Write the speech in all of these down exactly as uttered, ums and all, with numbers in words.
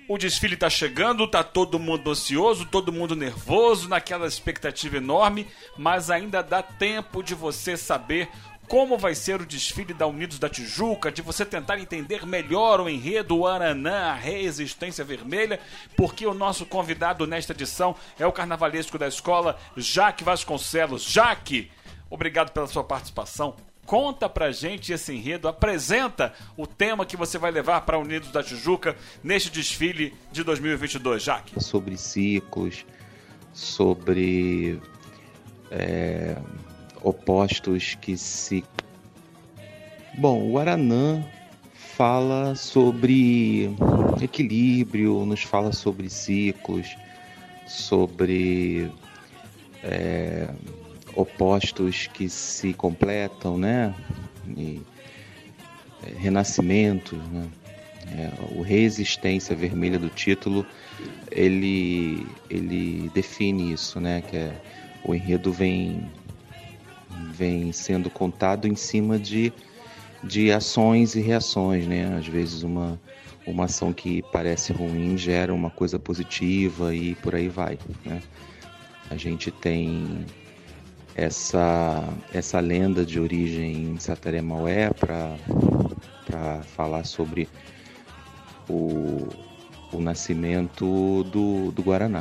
O desfile está chegando, está todo mundo ansioso, todo mundo nervoso, naquela expectativa enorme, mas ainda dá tempo de você saber como vai ser o desfile da Unidos da Tijuca, de você tentar entender melhor o enredo, o Aranã, a Resistência Vermelha, porque o nosso convidado nesta edição é o carnavalesco da escola, Jaque Vasconcelos. Jaque, obrigado pela sua participação. Conta pra gente esse enredo, apresenta o tema que você vai levar para Unidos da Tijuca neste desfile de dois mil e vinte e dois, Jaque. Sobre ciclos, sobre é, opostos que se... Bom, o Aranã fala sobre equilíbrio, nos fala sobre ciclos, sobre... É, opostos que se completam, né? E, é, renascimento, né? É, o Resistência Vermelha do título, ele, ele define isso, né? Que é, o enredo vem, vem sendo contado em cima de, de ações e reações, né? Às vezes uma, uma ação que parece ruim gera uma coisa positiva e por aí vai, né? A gente tem essa, essa lenda de origem em Sataré-Maué para falar sobre o, o nascimento do, do Guaraná.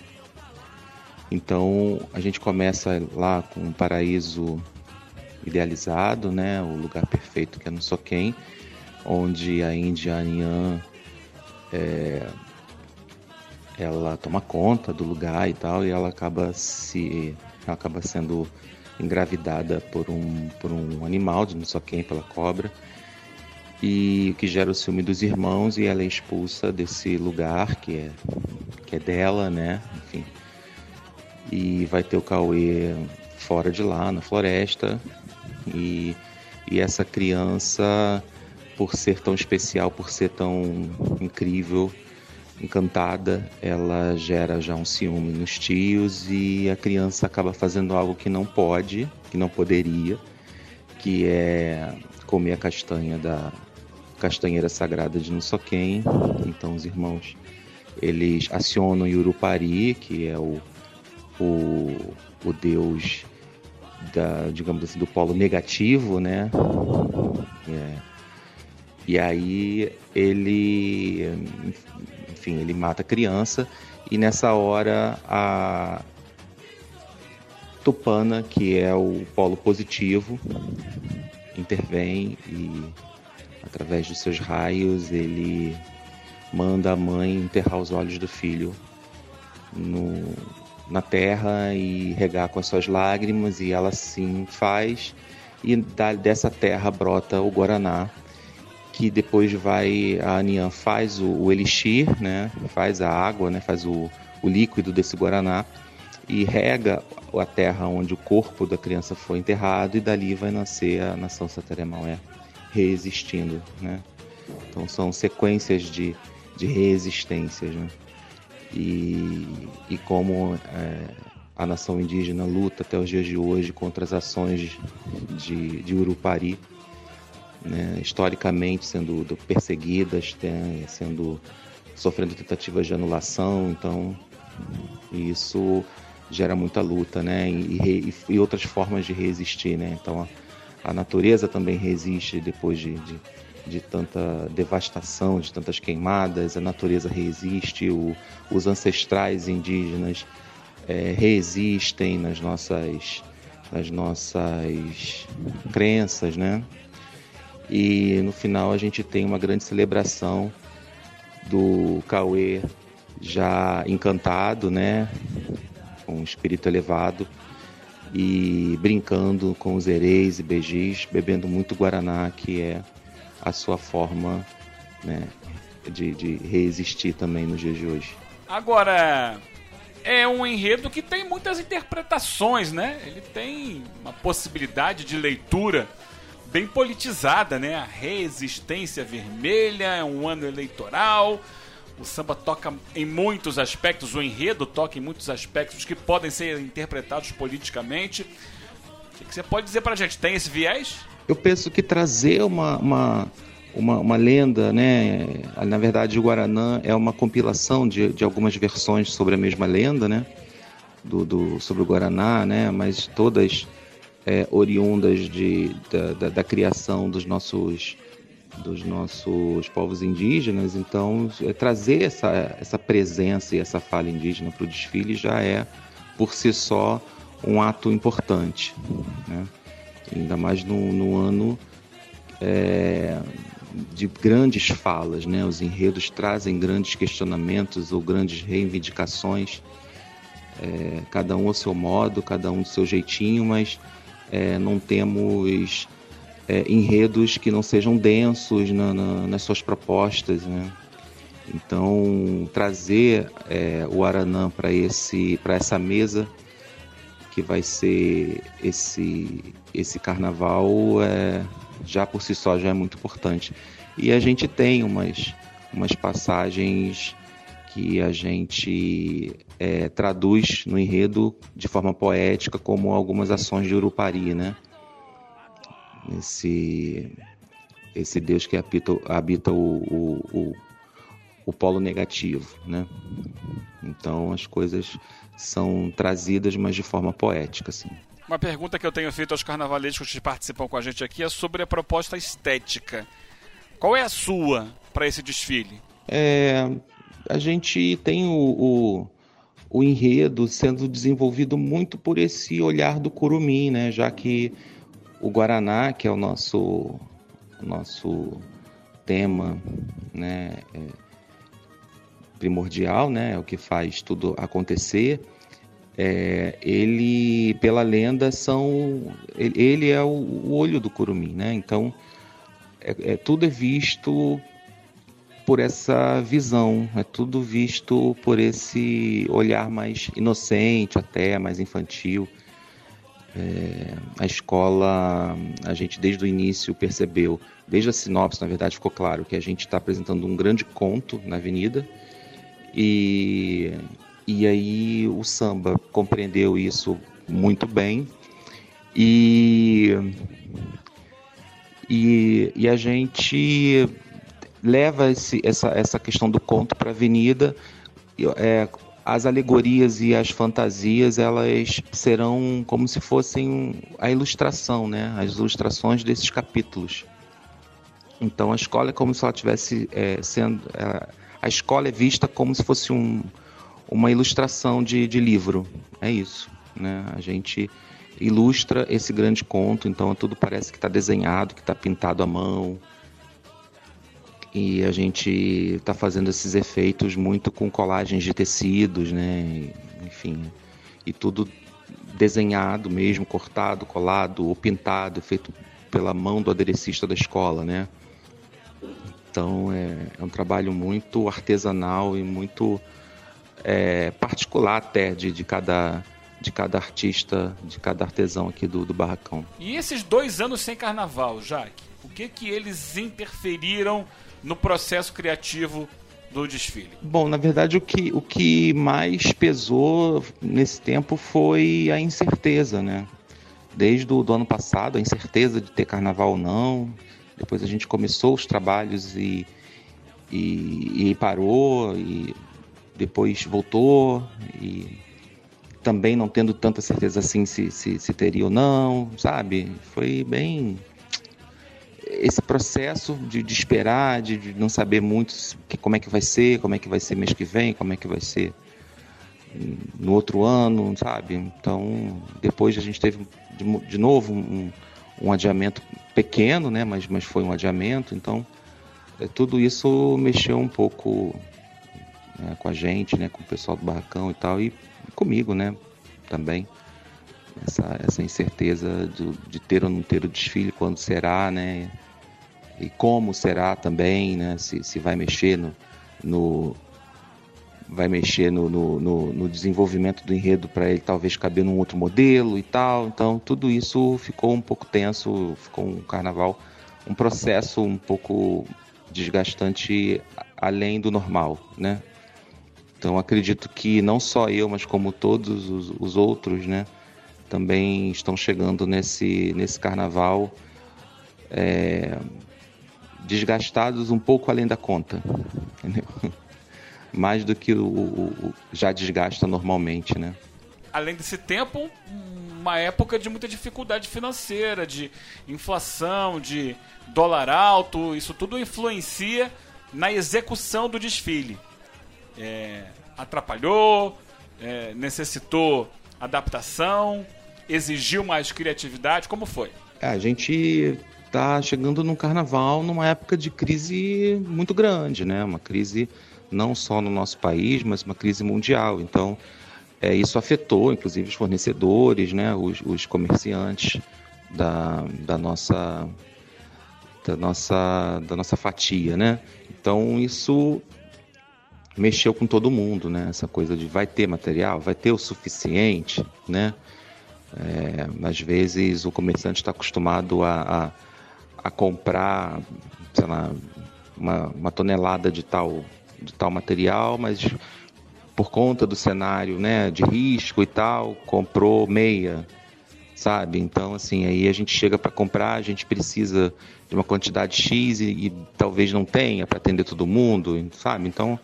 Então a gente começa lá com um paraíso idealizado, né? O lugar perfeito que é no Soquém, onde a Índia Anhã é, ela toma conta do lugar e tal, e ela acaba se ela acaba sendo engravidada por um, por um animal, de não sei quem, pela cobra, e o que gera o ciúme dos irmãos, e ela é expulsa desse lugar que é, que é dela, né? Enfim. E vai ter o Cauê fora de lá, na floresta, e, e essa criança, por ser tão especial, por ser tão incrível, encantada, ela gera já um ciúme nos tios e a criança acaba fazendo algo que não pode, que não poderia, que é comer a castanha da castanheira sagrada de Nussoquém. Então os irmãos, eles acionam Yurupari, que é o, o, o deus da, digamos assim, do polo negativo, né? É, e aí ele... Enfim, ele mata a criança e nessa hora a Tupana, que é o polo positivo, intervém e através dos seus raios ele manda a mãe enterrar os olhos do filho no, na terra e regar com as suas lágrimas, e ela sim faz, e da, dessa terra brota o Guaraná, que depois vai, a Anhã faz o, o elixir, né? Faz a água, né? Faz o, o líquido desse Guaraná e rega a terra onde o corpo da criança foi enterrado, e dali vai nascer a nação Sataré-Maué, reexistindo, né? Então são sequências de, de reexistências, né? E, e como é, a nação indígena luta até os dias de hoje contra as ações de, de Urupari, né, historicamente sendo perseguidas, tem, sendo sofrendo tentativas de anulação. Então isso gera muita luta, né, e, e, e outras formas de resistir, né? Então a, a natureza também resiste depois de, de, de tanta devastação, de tantas queimadas. A natureza resiste, o, os ancestrais indígenas é, resistem nas nossas, nas nossas crenças, né? E no final a gente tem uma grande celebração do Cauê já encantado, né, com um espírito elevado, e brincando com os ereis e begis, bebendo muito Guaraná, que é a sua forma, né, de, de resistir também nos dias de hoje. Agora, é um enredo que tem muitas interpretações, né? Ele tem uma possibilidade de leitura bem politizada, né? A Resistência Vermelha, é um ano eleitoral, o samba toca em muitos aspectos, o enredo toca em muitos aspectos que podem ser interpretados politicamente. O que você pode dizer pra gente? Tem esse viés? Eu penso que trazer uma, uma, uma, uma lenda, né? Na verdade, o Guaranã é uma compilação de, de algumas versões sobre a mesma lenda, né? Do, do, sobre o Guaraná, né? Mas todas é, oriundas de, da, da, da criação dos nossos, dos nossos povos indígenas. Então, é, trazer essa, essa presença e essa fala indígena para o desfile já é, por si só, um ato importante, né? Ainda mais no, no ano é, de grandes falas, né? Os enredos trazem grandes questionamentos ou grandes reivindicações, é, cada um ao seu modo, cada um do seu jeitinho, mas é, não temos é, enredos que não sejam densos na, na, nas suas propostas, né? Então, trazer é, o Aranã para esse, para essa mesa que vai ser esse, esse carnaval, é, já por si só já é muito importante. E a gente tem umas, umas passagens que a gente é, traduz no enredo de forma poética, como algumas ações de Urupari, né? Esse, esse Deus que habita, habita o, o, o, o polo negativo, né? Então as coisas são trazidas, mas de forma poética, assim. Uma pergunta que eu tenho feito aos carnavalescos que participam com a gente aqui é sobre a proposta estética. Qual é a sua para esse desfile? É, a gente tem o, o, o enredo sendo desenvolvido muito por esse olhar do curumim, né? Já que o Guaraná, que é o nosso, nosso tema, né, é primordial, né, é o que faz tudo acontecer. É, ele, pela lenda, são, ele, ele é o, o olho do curumim, né? Então, é, é, tudo é visto por essa visão, é tudo visto por esse olhar mais inocente, até mais infantil. É, a escola, a gente desde o início percebeu, desde a sinopse, na verdade, ficou claro que a gente está apresentando um grande conto na avenida, e, e aí o samba compreendeu isso muito bem, e, e, e a gente leva esse, essa, essa questão do conto para a avenida. É, as alegorias e as fantasias, elas serão como se fossem a ilustração, né? As ilustrações desses capítulos. Então a escola é como se ela tivesse é, sendo... É, a escola é vista como se fosse um, uma ilustração de, de livro. É isso, né? A gente ilustra esse grande conto, então tudo parece que está desenhado, que está pintado à mão. E a gente está fazendo esses efeitos muito com colagens de tecidos, né? Enfim, e tudo desenhado mesmo, cortado, colado ou pintado, feito pela mão do aderecista da escola, né? Então é, é um trabalho muito artesanal e muito é, particular até de, de, cada, de cada artista, de cada artesão aqui do, do Barracão. E esses dois anos sem carnaval, Jaque, o que que eles interferiram no processo criativo do desfile? Bom, na verdade, o que, o que mais pesou nesse tempo foi a incerteza, né? Desde o do ano passado, a incerteza de ter carnaval ou não. Depois a gente começou os trabalhos e, e, e parou, e depois voltou, e também não tendo tanta certeza assim se, se, se teria ou não, sabe? Foi bem... esse processo de, de esperar, de, de não saber muito que, como é que vai ser, como é que vai ser mês que vem, como é que vai ser no outro ano, sabe? Então, depois a gente teve de, de novo um, um adiamento pequeno, né? Mas, mas foi um adiamento, então é, tudo isso mexeu um pouco, né, com a gente, né, com o pessoal do Barracão e tal, e comigo, né, também. Essa, essa incerteza de, de ter ou não ter o desfile, quando será, né? E como será também, né? Se, se vai mexer no, no vai mexer no, no, no, no desenvolvimento do enredo para ele talvez caber num outro modelo e tal. Então tudo isso ficou um pouco tenso, ficou um carnaval, um processo um pouco desgastante além do normal, né? Então acredito que não só eu, mas como todos os, os outros, né, também estão chegando nesse, nesse carnaval é, desgastados um pouco além da conta, entendeu? Mais do que o, o, o já desgasta normalmente, né? Além desse tempo, uma época de muita dificuldade financeira, de inflação, de dólar alto, isso tudo influencia na execução do desfile. É, atrapalhou, é, necessitou adaptação, exigiu mais criatividade, como foi? É, a gente está chegando num carnaval numa época de crise muito grande, né? Uma crise não só no nosso país, mas uma crise mundial. Então, é, isso afetou, inclusive, os fornecedores, né? os, os comerciantes da, da, nossa, da, nossa, da nossa fatia, né? Então, isso mexeu com todo mundo, né? Essa coisa de vai ter material, vai ter o suficiente, né? É, às vezes, o comerciante está acostumado a, a, a comprar, sei lá, uma, uma tonelada de tal... de tal material, mas por conta do cenário, né, de risco e tal, comprou meia, sabe? Então, assim, aí a gente chega para comprar, a gente precisa de uma quantidade X e, e talvez não tenha para atender todo mundo, sabe? Então,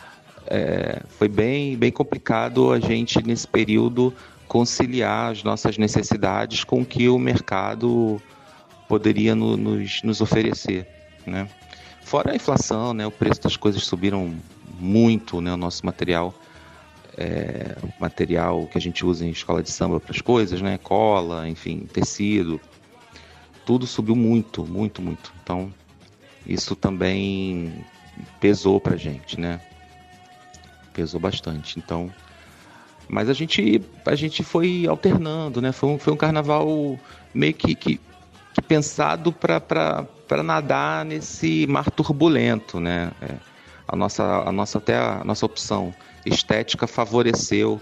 é, foi bem, bem complicado a gente, nesse período, conciliar as nossas necessidades com o que o mercado poderia no, nos, nos oferecer, né? Fora a inflação, né, o preço das coisas subiram muito, né, o nosso material, é, o material que a gente usa em escola de samba para as coisas, né, cola, enfim, tecido, tudo subiu muito, muito, muito. Então, isso também pesou para a gente, né, pesou bastante. Então, mas a gente, a gente foi alternando, né, foi um, foi um carnaval meio que, que, que pensado para para nadar nesse mar turbulento, né? É, a nossa, a nossa até a nossa opção estética favoreceu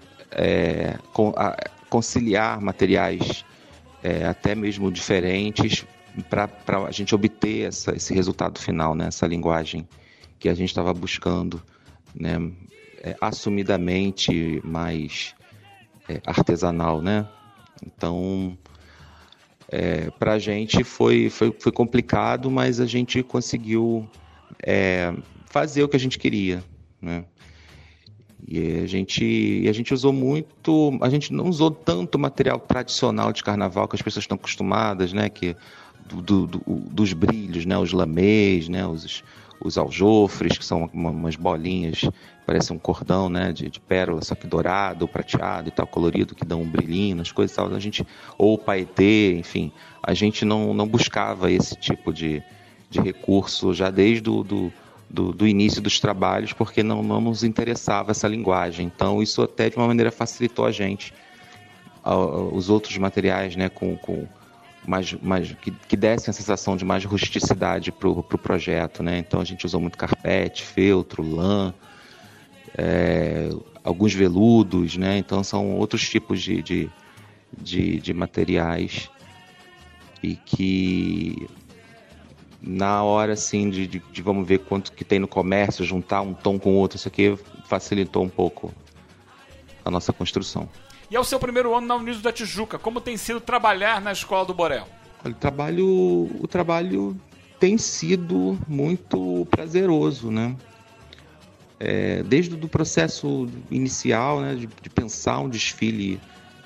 é, com, a, conciliar materiais é, até mesmo diferentes para a gente obter essa, esse resultado final, né? Essa linguagem que a gente estava buscando, né? É, assumidamente mais é, artesanal, né? Então, É, para a gente foi, foi, foi complicado, mas a gente conseguiu é, fazer o que a gente queria, né? E a gente, a gente usou muito, a gente não usou tanto material tradicional de carnaval que as pessoas estão acostumadas, né? Que, do, do, do, dos brilhos, né? Os lamês, né? Os, os aljofres, que são uma, umas bolinhas, parece um cordão, né, de, de pérola, só que dourado, prateado e tal, colorido, que dão um brilhinho nas coisas e tal. A gente, ou o paetê, enfim, a gente não, não buscava esse tipo de, de recurso já desde o do, do, do início dos trabalhos, porque não, não nos interessava essa linguagem. Então, isso até de uma maneira facilitou a gente. Os outros materiais, né, com... com Mais, mais, que, que dessem a sensação de mais rusticidade para o pro projeto, né? Então a gente usou muito carpete, feltro, lã, é, alguns veludos, né? Então são outros tipos de, de, de, de materiais e que na hora assim de, de, de vamos ver quanto que tem no comércio, juntar um tom com outro, isso aqui facilitou um pouco a nossa construção. E é o seu primeiro ano na Unidos da Tijuca. Como tem sido trabalhar na Escola do Borel? Olha, o trabalho, o trabalho tem sido muito prazeroso, né? É, desde o processo inicial, né, de, de pensar um desfile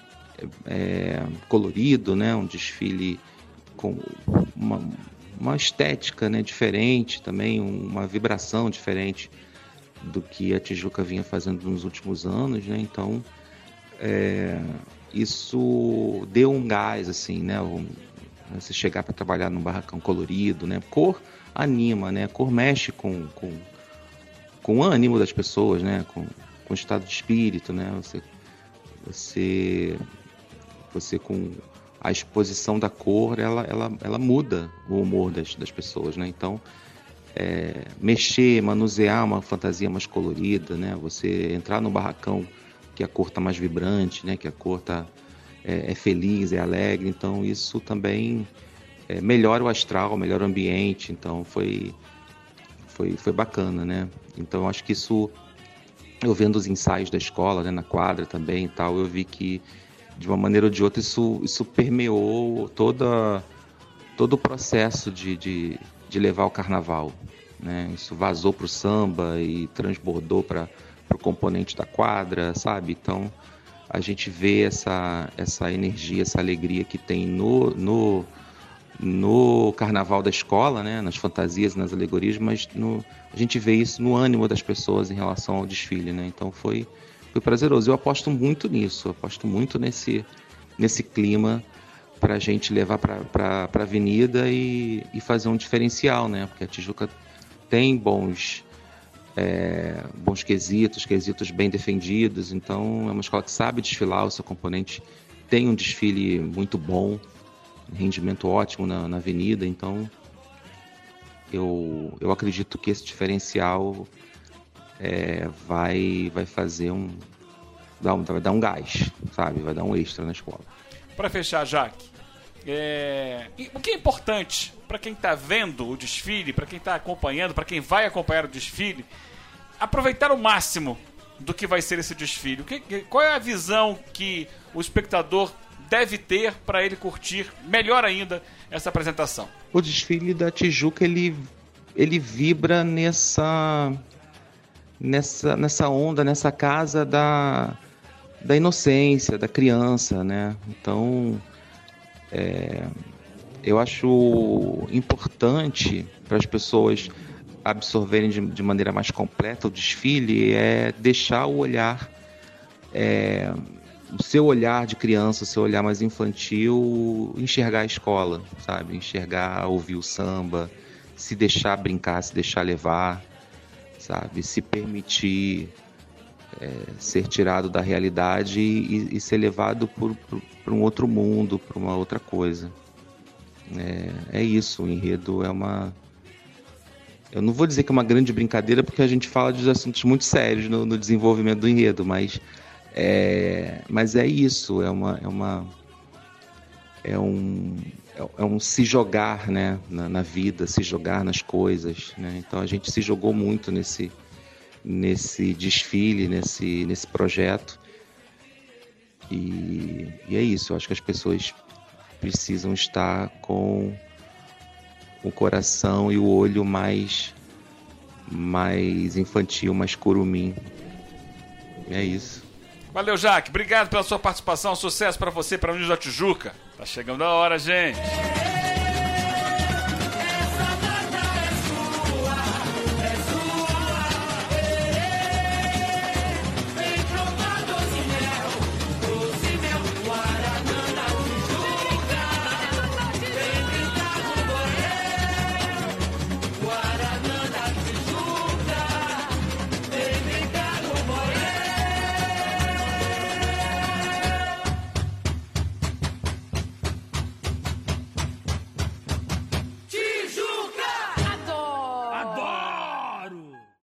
é, colorido, né, um desfile com uma, uma estética, né, diferente também, uma vibração diferente do que a Tijuca vinha fazendo nos últimos anos, né? Então, É, isso deu um gás, assim, né? Um, você chegar para trabalhar num barracão colorido, né? Cor anima, né? Cor mexe com, com, com o ânimo das pessoas, né? Com, com o estado de espírito, né? Você, você, você com a exposição da cor, ela, ela, ela muda o humor das, das pessoas, né? Então, é, mexer, manusear uma fantasia mais colorida, né? Você entrar no barracão que a cor está mais vibrante, né? Que a cor tá, é, é feliz, é alegre. Então, isso também é, melhora o astral, melhora o ambiente. Então, foi, foi, foi bacana, né? Então, acho que isso, eu vendo os ensaios da escola, né, na quadra também e tal, eu vi que, de uma maneira ou de outra, isso, isso permeou toda, todo o processo de, de, de levar o carnaval, né? Isso vazou para o samba e transbordou para o componente da quadra, sabe? Então, a gente vê essa, essa energia, essa alegria que tem no, no, no carnaval da escola, né? Nas fantasias, nas alegorias, mas no, a gente vê isso no ânimo das pessoas em relação ao desfile, né? Então, foi, foi prazeroso. Eu aposto muito nisso, eu aposto muito nesse, nesse clima para a gente levar para a avenida e, e fazer um diferencial, né? Porque a Tijuca tem bons, é, bons quesitos, quesitos bem defendidos, então é uma escola que sabe desfilar, o seu componente tem um desfile muito bom, um rendimento ótimo na, na avenida, então eu, eu acredito que esse diferencial é, vai, vai fazer um, dar um, vai dar um gás, sabe? Vai dar um extra na escola. Para fechar, Jaque, é... o que é importante para quem está vendo o desfile, para quem está acompanhando, para quem vai acompanhar o desfile, aproveitar o máximo do que vai ser esse desfile? O que, qual é a visão que o espectador deve ter para ele curtir melhor ainda essa apresentação? O desfile da Tijuca, ele, ele vibra nessa, nessa, nessa onda, nessa casa da... da inocência, da criança, né? Então, é, eu acho importante para as pessoas absorverem de, de maneira mais completa o desfile, é deixar o olhar, é, o seu olhar de criança, o seu olhar mais infantil, enxergar a escola, sabe? Enxergar, ouvir o samba, se deixar brincar, se deixar levar, sabe? Se permitir É, ser tirado da realidade e, e ser levado para um outro mundo, para uma outra coisa. É, é isso, o enredo é uma... Eu não vou dizer que é uma grande brincadeira, porque a gente fala de assuntos muito sérios no, no desenvolvimento do enredo, mas é, mas é isso, é uma... É, uma, é, um, é um se jogar, né, na, na vida, se jogar nas coisas, né? Então a gente se jogou muito nesse... nesse desfile, nesse, nesse projeto. E, e é isso, eu acho que as pessoas precisam estar com o coração e o olho mais, mais infantil, mais curumim. É isso. Valeu, Jaque. Obrigado pela sua participação. Sucesso para você, para o Unidos da Tijuca. Tá chegando a hora, gente.